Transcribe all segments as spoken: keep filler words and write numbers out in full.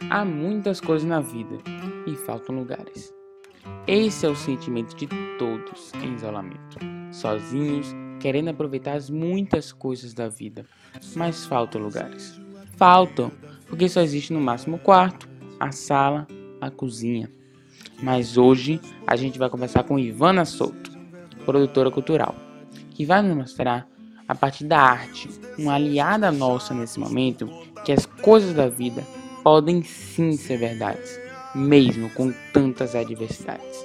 Há muitas coisas na vida e faltam lugares. Esse é o sentimento de todos em isolamento, sozinhos, querendo aproveitar as muitas coisas da vida, mas faltam lugares. Faltam, porque só existe no máximo o quarto, a sala, a cozinha. Mas hoje a gente vai conversar com Ivana Souto, produtora cultural, que vai nos mostrar, a partir da arte, uma aliada nossa nesse momento, que as coisas da vida podem sim ser verdades, mesmo com tantas adversidades.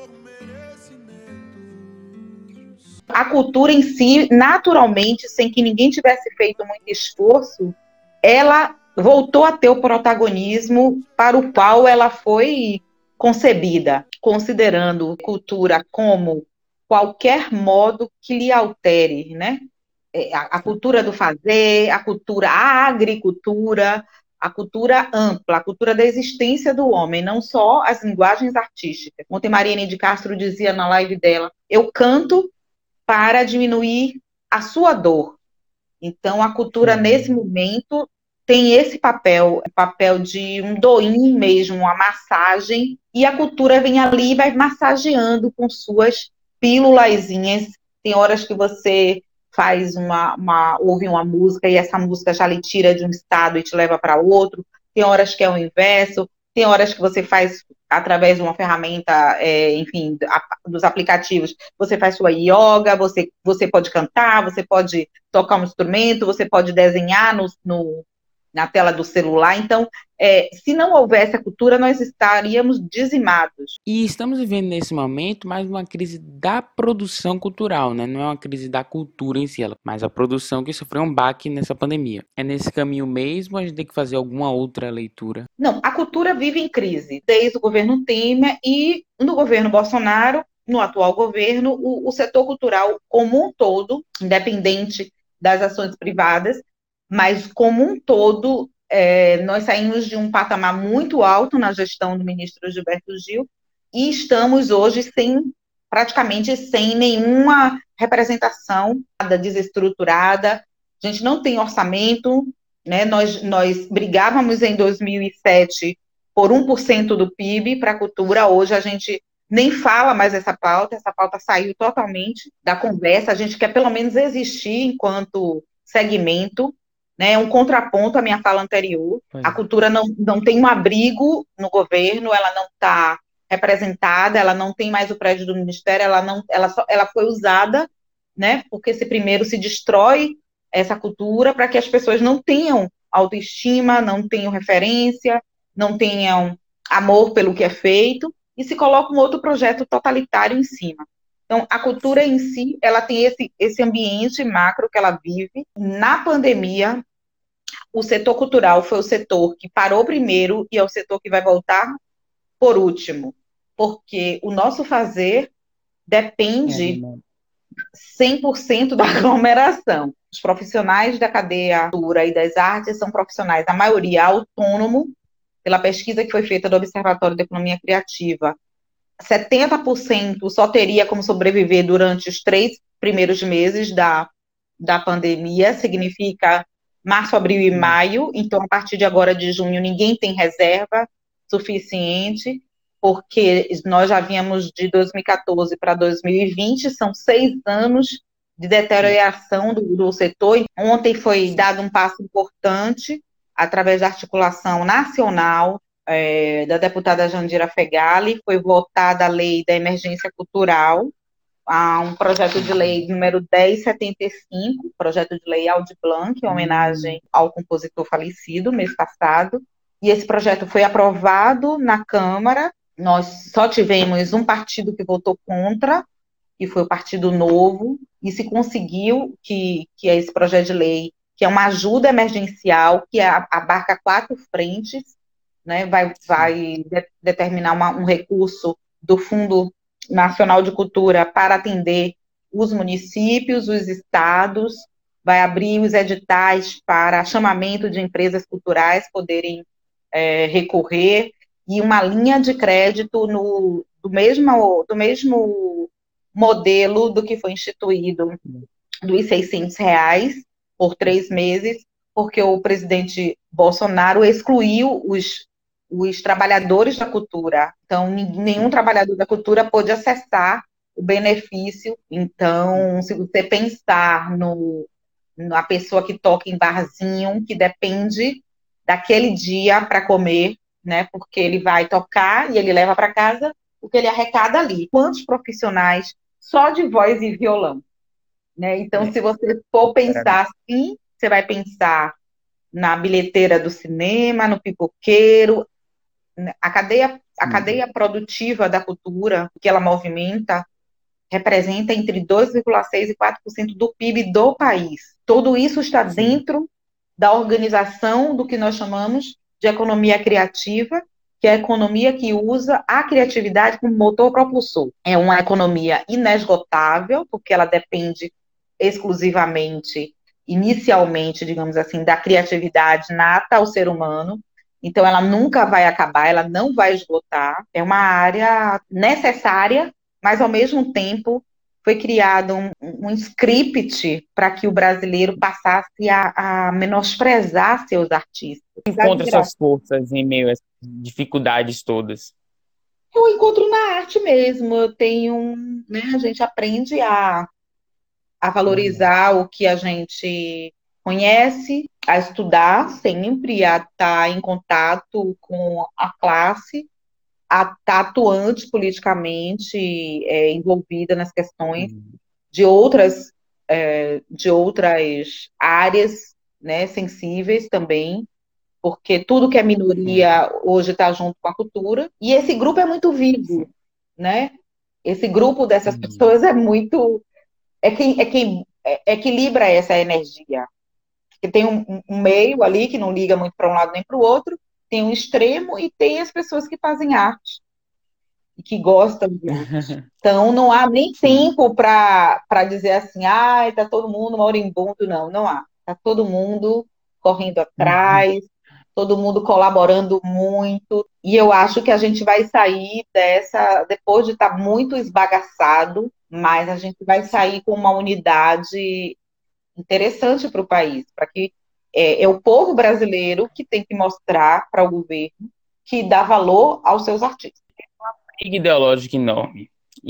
A cultura em si, naturalmente, sem que ninguém tivesse feito muito esforço, ela voltou a ter o protagonismo para o qual ela foi concebida, considerando cultura como qualquer modo que lhe altere, né? A, a cultura do fazer, a cultura, a agricultura, a cultura ampla, a cultura da existência do homem, não só as linguagens artísticas. Ontem Mariane de Castro dizia na live dela, eu canto para diminuir a sua dor. Então, a cultura, nesse momento, tem esse papel, o papel de um doim mesmo, uma massagem, e a cultura vem ali e vai massageando com suas pílulazinhas. Tem horas que você faz uma, uma, ouve uma música e essa música já lhe tira de um estado e te leva para outro. Tem horas que é o inverso, tem horas que você faz através de uma ferramenta, é, enfim, a, dos aplicativos, você faz sua yoga, você, você pode cantar, você pode tocar um instrumento, você pode desenhar no, no, na tela do celular. Então, é, se não houvesse a cultura, nós estaríamos dizimados. E estamos vivendo nesse momento mais uma crise da produção cultural, né? Não é uma crise da cultura em si, mas a produção que sofreu um baque nessa pandemia. É nesse caminho mesmo ou a gente tem que fazer alguma outra leitura? Não, a cultura vive em crise, desde o governo Temer e no governo Bolsonaro, no atual governo, o, o setor cultural como um todo, independente das ações privadas, mas como um todo, é, nós saímos de um patamar muito alto na gestão do ministro Gilberto Gil e estamos hoje sem, praticamente sem nenhuma representação desestruturada, a gente não tem orçamento, né? Nós, nós brigávamos em dois mil e sete por um por cento do P I B para a cultura, hoje a gente nem fala mais essa pauta, essa pauta saiu totalmente da conversa, a gente quer pelo menos existir enquanto segmento, né, um contraponto à minha fala anterior. A cultura não, não tem um abrigo no governo, ela não está representada, ela não tem mais o prédio do Ministério, ela, não, ela, só, ela foi usada, né, porque se primeiro se destrói essa cultura para que as pessoas não tenham autoestima, não tenham referência, não tenham amor pelo que é feito, e se coloca um outro projeto totalitário em cima. Então, a cultura em si, ela tem esse, esse ambiente macro que ela vive. Na pandemia, o setor cultural foi o setor que parou primeiro e é o setor que vai voltar por último, porque o nosso fazer depende cem por cento da aglomeração. Os profissionais da cadeia cultura e das artes são profissionais, a maioria autônomo, pela pesquisa que foi feita do Observatório da Economia Criativa, setenta por cento só teria como sobreviver durante os três primeiros meses da, da pandemia, significa março, abril e maio, então a partir de agora de junho ninguém tem reserva suficiente, porque nós já vínhamos de dois mil e quatorze para dois mil e vinte, são seis anos de deterioração do, do setor. Ontem foi dado um passo importante, através da articulação nacional, é, da deputada Jandira Fegali, foi votada a lei da emergência cultural, há um projeto de lei número dez setenta e cinco, projeto de lei Aldir Blanc, em homenagem ao compositor falecido, mês passado, e esse projeto foi aprovado na Câmara. Nós só tivemos um partido que votou contra, que foi o Partido Novo, e se conseguiu que, que esse projeto de lei, que é uma ajuda emergencial, que abarca quatro frentes, né, vai, vai de, determinar uma, um recurso do Fundo Nacional de Cultura para atender os municípios, os estados, vai abrir os editais para chamamento de empresas culturais poderem é, recorrer, e uma linha de crédito no, do, mesmo, do mesmo modelo do que foi instituído, dos seiscentos reais por três meses, porque o presidente Bolsonaro excluiu os, os trabalhadores da cultura. Então, nenhum trabalhador da cultura pôde acessar o benefício. Então, se você pensar no, na pessoa que toca em barzinho, que depende daquele dia para comer, né? Porque ele vai tocar e ele leva para casa o que ele arrecada ali. Quantos profissionais só de voz e violão, né? Então, É, se você for sinceramente. pensar assim, você vai pensar na bilheteira do cinema, no pipoqueiro, a cadeia, a Sim. cadeia produtiva da cultura, que ela movimenta, representa entre dois vírgula seis e quatro por cento do P I B do país. Tudo isso está Sim. dentro da organização do que nós chamamos de economia criativa, que é a economia que usa a criatividade como motor propulsor. É uma economia inesgotável, porque ela depende exclusivamente, inicialmente, digamos assim, da criatividade nata ao ser humano. Então, ela nunca vai acabar, ela não vai esgotar. É uma área necessária, mas, ao mesmo tempo, foi criado um, um script para que o brasileiro passasse a, a menosprezar seus artistas. Encontra suas forças em meio a essas dificuldades todas. Eu encontro na arte mesmo. Eu tenho, né, a gente aprende a, a valorizar o que a gente conhece, a estudar sempre, a estar em contato com a classe, a estar atuante politicamente, é, envolvida nas questões Uhum. de outras, é, de outras áreas, né, sensíveis também, porque tudo que é Sim, minoria hoje está junto com a cultura, e esse grupo é muito sim. vivo, né? Esse grupo dessas Uhum. pessoas é muito, é quem, é quem é, equilibra essa energia, porque tem um, um meio ali que não liga muito para um lado nem para o outro, tem um extremo e tem as pessoas que fazem arte e que gostam de arte. Então, não há nem Sim. tempo para dizer assim, ah, está todo mundo moribundo. Não, não há. Está todo mundo correndo Uhum. atrás, todo mundo colaborando muito. E eu acho que a gente vai sair dessa, depois de estar muito esbagaçado, mas a gente vai Sim. sair com uma unidade interessante para o país, para que é, é o povo brasileiro que tem que mostrar para o governo que dá valor aos seus artistas. Briga ideológica enorme.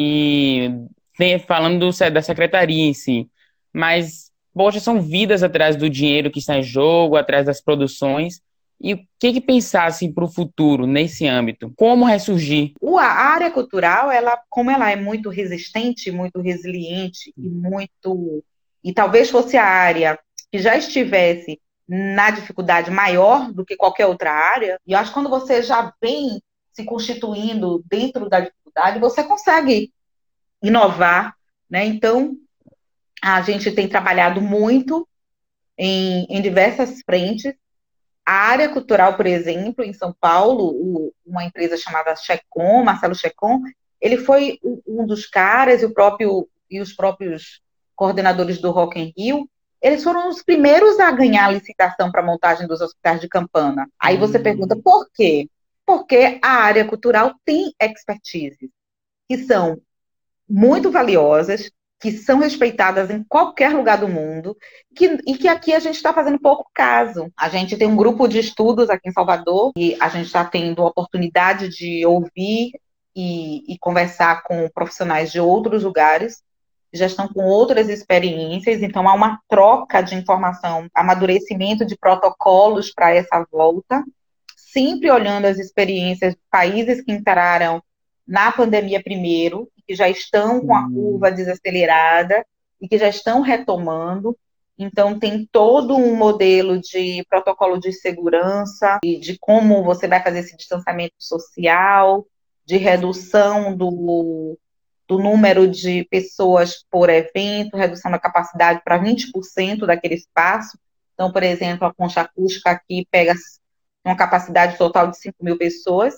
E tem- falando do da secretaria em si, mas, poxa, são vidas atrás do dinheiro que está em jogo, atrás das produções. E o que que pensar assim, para o futuro nesse âmbito? Como ressurgir? O- A área cultural, ela, como ela é muito resistente, muito resiliente e muito, e talvez fosse a área que já estivesse na dificuldade maior do que qualquer outra área, e eu acho que quando você já vem se constituindo dentro da dificuldade, você consegue inovar, né? Então, a gente tem trabalhado muito em, em diversas frentes. A área cultural, por exemplo, em São Paulo, o, uma empresa chamada Checom, Marcelo Checom, ele foi um um dos caras e, o próprio, e os próprios coordenadores do Rock in Rio, eles foram os primeiros a ganhar a licitação para a montagem dos hospitais de Campana. Aí você pergunta, Hum. por quê? Porque a área cultural tem expertise, que são muito valiosas, que são respeitadas em qualquer lugar do mundo, que, e que aqui a gente está fazendo pouco caso. A gente tem um grupo de estudos aqui em Salvador, e a gente está tendo a oportunidade de ouvir e, e conversar com profissionais de outros lugares, que já estão com outras experiências, então há uma troca de informação, amadurecimento de protocolos para essa volta, sempre olhando as experiências de países que entraram na pandemia primeiro, que já estão com a Hum. curva desacelerada e que já estão retomando. Então, tem todo um modelo de protocolo de segurança, e de como você vai fazer esse distanciamento social, de redução do, do número de pessoas por evento, redução da capacidade para vinte por cento daquele espaço. Então, por exemplo, a concha acústica aqui pega uma capacidade total de cinco mil pessoas.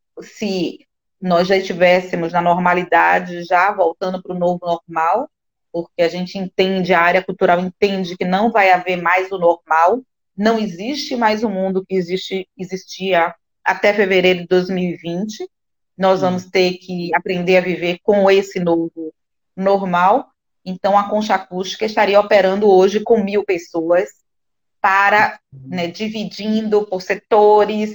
Se nós já estivéssemos na normalidade, já voltando para o novo normal, porque a gente entende, a área cultural entende que não vai haver mais o normal, não existe mais o mundo que existe, existia até fevereiro de dois mil e vinte, nós vamos ter que aprender a viver com esse novo normal, então a concha acústica estaria operando hoje com mil pessoas, para, né, dividindo por setores,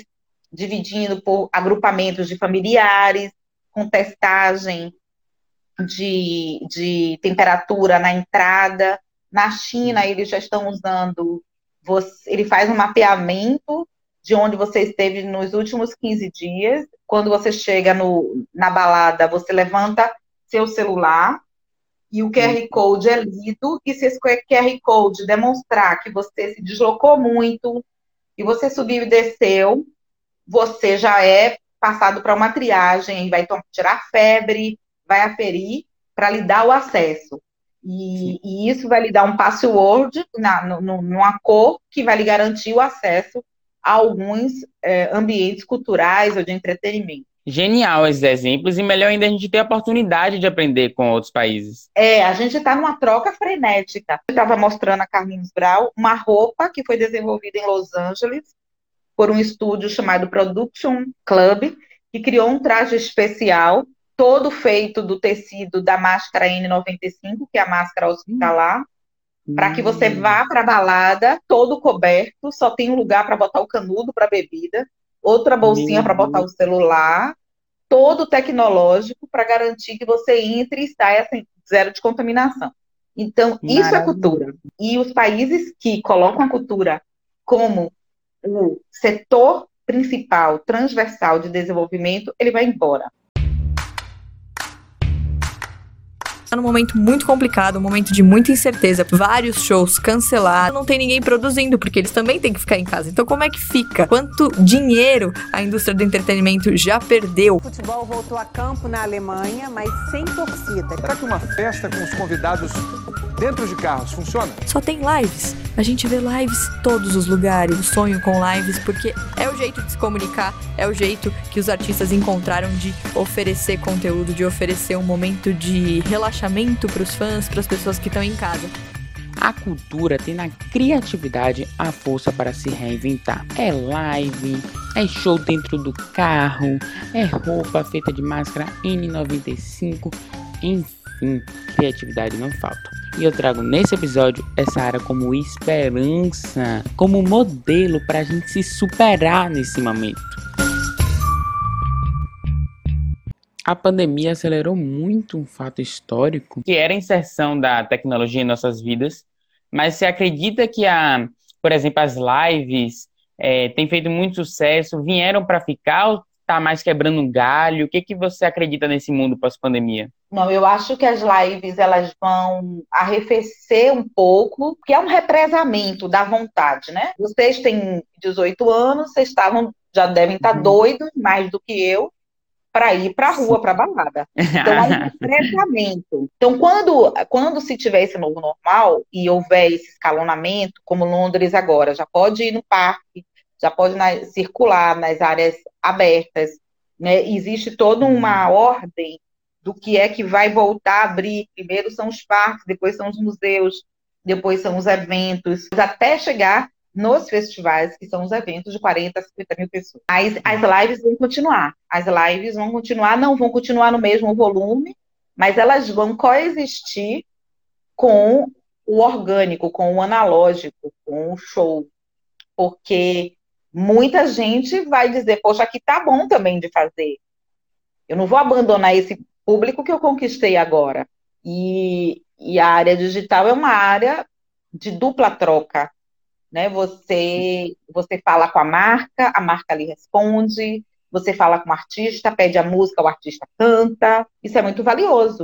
dividindo por agrupamentos de familiares, com testagem de, de temperatura na entrada. Na China, eles já estão usando, você, ele faz um mapeamento de onde você esteve nos últimos quinze dias. Quando você chega no, na balada, você levanta seu celular e o Q R Code é lido, e se esse Q R Code demonstrar que você se deslocou muito, e você subiu e desceu, você já é passado para uma triagem, vai tirar febre, vai aferir para lhe dar o acesso. E, e isso vai lhe dar um password na, no, numa cor que vai lhe garantir o acesso a alguns é, ambientes culturais ou de entretenimento. Genial esses exemplos, e melhor ainda a gente ter a oportunidade de aprender com outros países. É, a gente está numa troca frenética. Eu estava mostrando a Carlinhos Brau uma roupa que foi desenvolvida em Los Angeles por um estúdio chamado Production Club, que criou um traje especial, todo feito do tecido da máscara N noventa e cinco, que é a máscara hospitalar, hum. para que você vá para a balada todo coberto, só tem um lugar para botar o canudo para bebida, outra bolsinha para botar o celular, todo tecnológico para garantir que você entre e saia sem zero de contaminação. Então, isso Maravilha. É cultura. E os países que colocam a cultura como o setor principal, transversal de desenvolvimento, ele vai embora. Tá num momento muito complicado, um momento de muita incerteza, vários shows cancelados, não tem ninguém produzindo, porque eles também têm que ficar em casa. Então como é que fica? Quanto dinheiro a indústria do entretenimento já perdeu? O futebol voltou a campo na Alemanha, mas sem torcida. Será que uma festa com os convidados dentro de carros funciona? Só tem lives. A gente vê lives em todos os lugares. O sonho com lives, porque é o jeito de se comunicar, é o jeito que os artistas encontraram de oferecer conteúdo, de oferecer um momento de relaxamento para os fãs, para as pessoas que estão em casa. A cultura tem na criatividade a força para se reinventar. É live, é show dentro do carro, é roupa feita de máscara N noventa e cinco, enfim, criatividade não falta. E eu trago nesse episódio essa área como esperança, como modelo para a gente se superar nesse momento. A pandemia acelerou muito um fato histórico, que era a inserção da tecnologia em nossas vidas, mas você acredita que, a, por exemplo, as lives é, têm feito muito sucesso, vieram para ficar ou está mais quebrando um galho? O que, que você acredita nesse mundo pós-pandemia? Não, eu acho que as lives elas vão arrefecer um pouco, que é um represamento da vontade, né? Vocês têm dezoito anos, vocês estavam, já devem estar uhum. doidos, mais do que eu, para ir para a rua, para a balada. Então, é um represamento. Então, quando, quando se tiver esse novo normal e houver esse escalonamento, como Londres agora, já pode ir no parque, já pode na, circular nas áreas abertas, né? Existe toda uma ordem do que é que vai voltar a abrir. Primeiro são os parques, depois são os museus, depois são os eventos, até chegar nos festivais, que são os eventos de quarenta, cinquenta mil pessoas. As, as lives vão continuar. As lives vão continuar, não vão continuar no mesmo volume, mas elas vão coexistir com o orgânico, com o analógico, com o show. Porque muita gente vai dizer, poxa, aqui tá bom também de fazer. Eu não vou abandonar esse público que eu conquistei agora. E, e a área digital é uma área de dupla troca. Né? Você, você fala com a marca, a marca lhe responde, você fala com o artista, pede a música, o artista canta. Isso é muito valioso.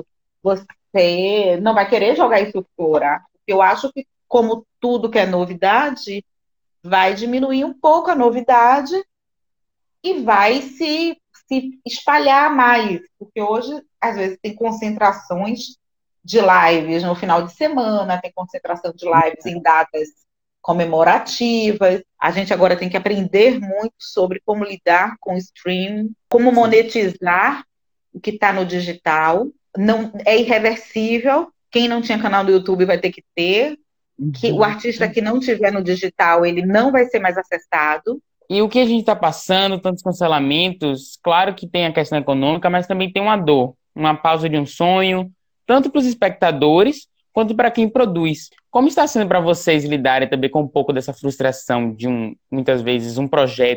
Você não vai querer jogar isso fora. Eu acho que, como tudo que é novidade, vai diminuir um pouco a novidade e vai se, se espalhar mais. Porque hoje, às vezes, tem concentrações de lives no final de semana, tem concentração de lives em datas comemorativas. A gente agora tem que aprender muito sobre como lidar com o streaming, como monetizar o que está no digital. Não, é irreversível. Quem não tinha canal no YouTube vai ter que ter. Que o artista que não tiver no digital, ele não vai ser mais acessado. E o que a gente está passando, tantos cancelamentos, claro que tem a questão econômica, mas também tem uma dor, uma pausa de um sonho, tanto para os espectadores quanto para quem produz. Como está sendo para vocês lidarem também com um pouco dessa frustração de, um, muitas vezes, um projeto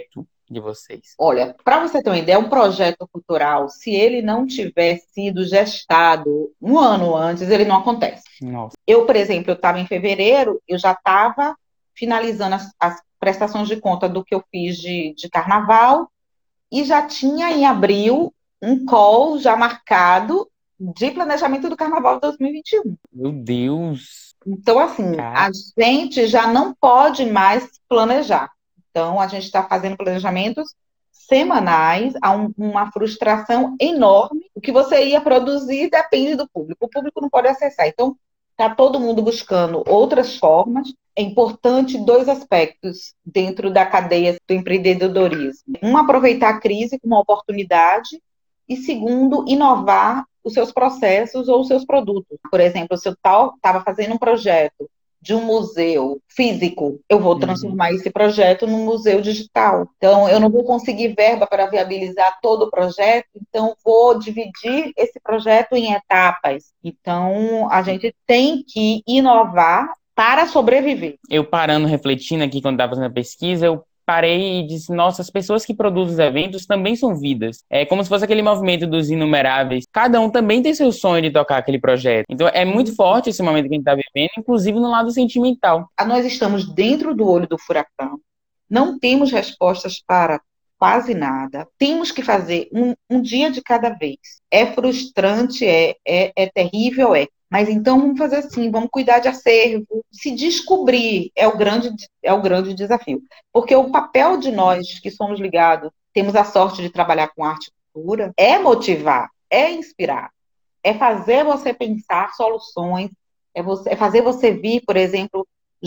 de vocês? Olha, para você ter uma ideia, um projeto cultural, se ele não tiver sido gestado um ano antes, ele não acontece. Nossa. Eu, por exemplo, eu estava em fevereiro, eu já estava finalizando as, as prestações de conta do que eu fiz de, de carnaval e já tinha em abril um call já marcado de planejamento do carnaval de dois mil e vinte e um. Meu Deus! Então, assim, Cara. a gente já não pode mais planejar. Então, a gente está fazendo planejamentos semanais, há um, uma frustração enorme. O que você ia produzir depende do público. O público não pode acessar. Então, está todo mundo buscando outras formas. É importante dois aspectos dentro da cadeia do empreendedorismo. Um, aproveitar a crise como uma oportunidade. E segundo, inovar os seus processos ou os seus produtos. Por exemplo, se eu estava fazendo um projeto de um museu físico, eu vou transformar uhum. esse projeto num museu digital. Então, eu não vou conseguir verba para viabilizar todo o projeto, então vou dividir esse projeto em etapas. Então, a gente tem que inovar para sobreviver. Eu parando, refletindo aqui quando estava fazendo a pesquisa, eu parei e disse, nossa, as pessoas que produzem os eventos também são vidas. É como se fosse aquele movimento dos inumeráveis. Cada um também tem seu sonho de tocar aquele projeto. Então, é muito forte esse momento que a gente está vivendo, inclusive no lado sentimental. Nós estamos dentro do olho do furacão. Não temos respostas para quase nada. Temos que fazer um, um dia de cada vez. É frustrante, é, é, é terrível, é. Mas então vamos fazer assim, vamos cuidar de acervo. Se descobrir é o grande, é o grande desafio. Porque o papel de nós que somos ligados, temos a sorte de trabalhar com arte e cultura, é motivar, é inspirar, é fazer você pensar soluções, é, você, é fazer você vir, por exemplo,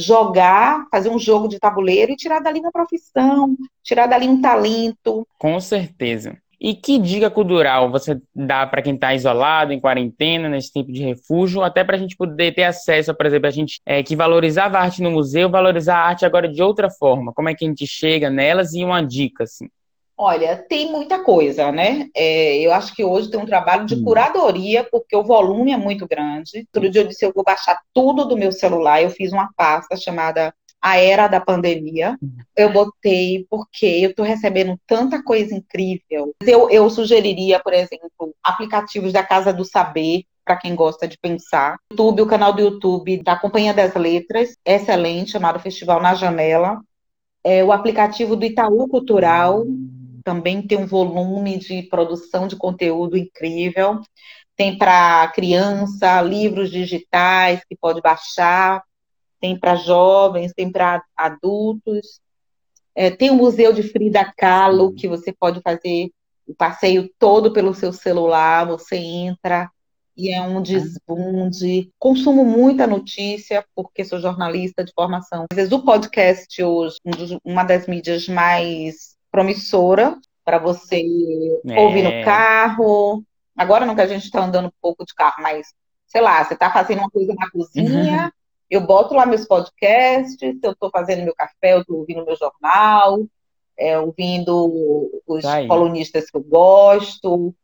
jogar, fazer um jogo de tabuleiro e tirar dali uma profissão, tirar dali um talento. Com certeza. E que dica cultural você dá para quem está isolado, em quarentena, nesse tipo de refúgio, até para a gente poder ter acesso, por exemplo, a gente é, que valorizava a arte no museu, valorizar a arte agora de outra forma? Como é que a gente chega nelas? E uma dica, assim. Olha, tem muita coisa, né? É, eu acho que hoje tem um trabalho de curadoria, porque o volume é muito grande. Outro dia eu disse, eu vou baixar tudo do meu celular. Eu fiz uma pasta chamada A Era da Pandemia. Eu botei porque eu estou recebendo tanta coisa incrível. Eu, eu sugeriria, por exemplo, aplicativos da Casa do Saber, para quem gosta de pensar. YouTube, o canal do YouTube da Companhia das Letras, excelente, chamado Festival na Janela. É, o aplicativo do Itaú Cultural, também tem um volume de produção de conteúdo incrível. Tem para criança, livros digitais que pode baixar. Tem para jovens, tem para adultos. É, tem o Museu de Frida Kahlo, que você pode fazer o passeio todo pelo seu celular. Você entra e é um desbunde. Consumo muita notícia, porque sou jornalista de formação. Às vezes o podcast hoje, um dos, uma das mídias mais promissora para você é. ouvir no carro. Agora não que a gente está andando um pouco de carro, mas, sei lá, você está fazendo uma coisa na cozinha, eu boto lá meus podcasts, se eu estou fazendo meu café, eu estou ouvindo meu jornal, é, ouvindo os Aí. colunistas que eu gosto.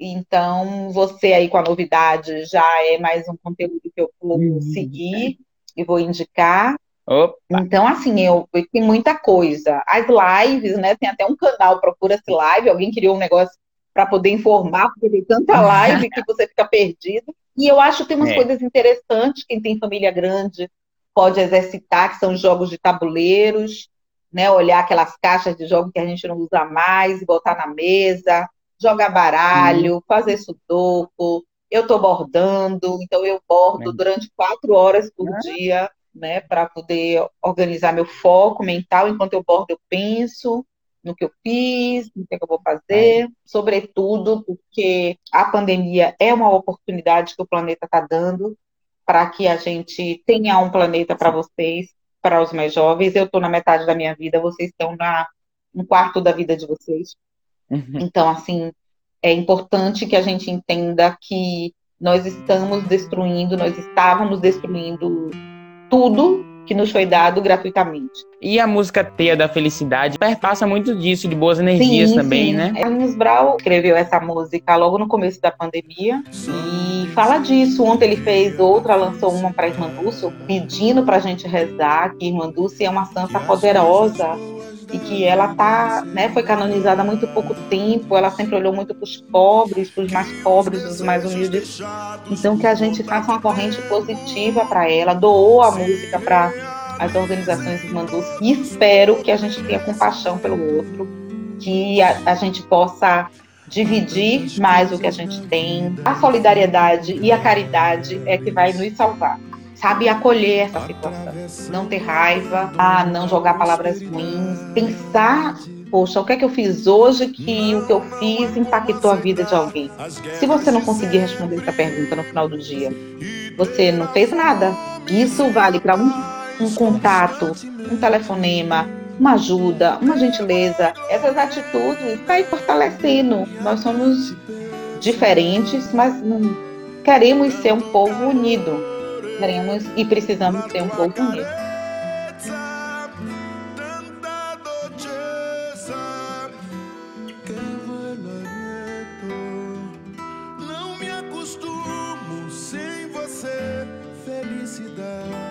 Então, você aí com a novidade já é mais um conteúdo que eu vou uhum. seguir e vou indicar. Opa. Então, assim, eu, eu tem muita coisa. As lives, né? Tem até um canal, procura-se live. Alguém criou um negócio para poder informar, porque tem tanta live que você fica perdido. E eu acho que tem umas é. coisas interessantes. Quem tem família grande pode exercitar, que são jogos de tabuleiros, né? Olhar aquelas caixas de jogos que a gente não usa mais e botar na mesa, jogar baralho, hum. fazer sudoku. Eu estou bordando, então eu bordo é. durante quatro horas por é. dia, né, para poder organizar meu foco mental. Enquanto eu bordo, eu penso no que eu fiz, no que, é que eu vou fazer, é. sobretudo porque a pandemia é uma oportunidade que o planeta está dando para que a gente tenha um planeta para vocês, para os mais jovens. Eu estou na metade da minha vida, vocês estão na, no quarto da vida de vocês. Uhum. Então, assim, é importante que a gente entenda que nós estamos destruindo, nós estávamos destruindo tudo que nos foi dado gratuitamente. E a música Teia da Felicidade perpassa muito disso, de boas energias sim, também, sim. né? Carlinhos Brau escreveu essa música logo no começo da pandemia e fala disso. Ontem ele fez outra, lançou uma para Irmã Dulce, pedindo para a gente rezar, que Irmã Dulce é uma santa poderosa e que ela tá, né, foi canonizada há muito pouco tempo, ela sempre olhou muito para os pobres, para os mais pobres, os mais humildes. Então, que a gente faça uma corrente positiva para ela, doou a música para as organizações irmãs, e espero que a gente tenha compaixão pelo outro, que a, a gente possa dividir mais o que a gente tem. A solidariedade e a caridade é que vai nos salvar. Sabe, acolher essa situação, não ter raiva, ah, não jogar palavras ruins, pensar, poxa, o que é que eu fiz hoje que o que eu fiz impactou a vida de alguém? Se você não conseguir responder essa pergunta no final do dia, você não fez nada. Isso vale para um, um contato, um telefonema, uma ajuda, uma gentileza. Essas atitudes vai fortalecendo. Nós somos diferentes, mas não queremos ser um povo unido. Queremos e precisamos ser um povo unido. Não me acostumo sem você, felicidade.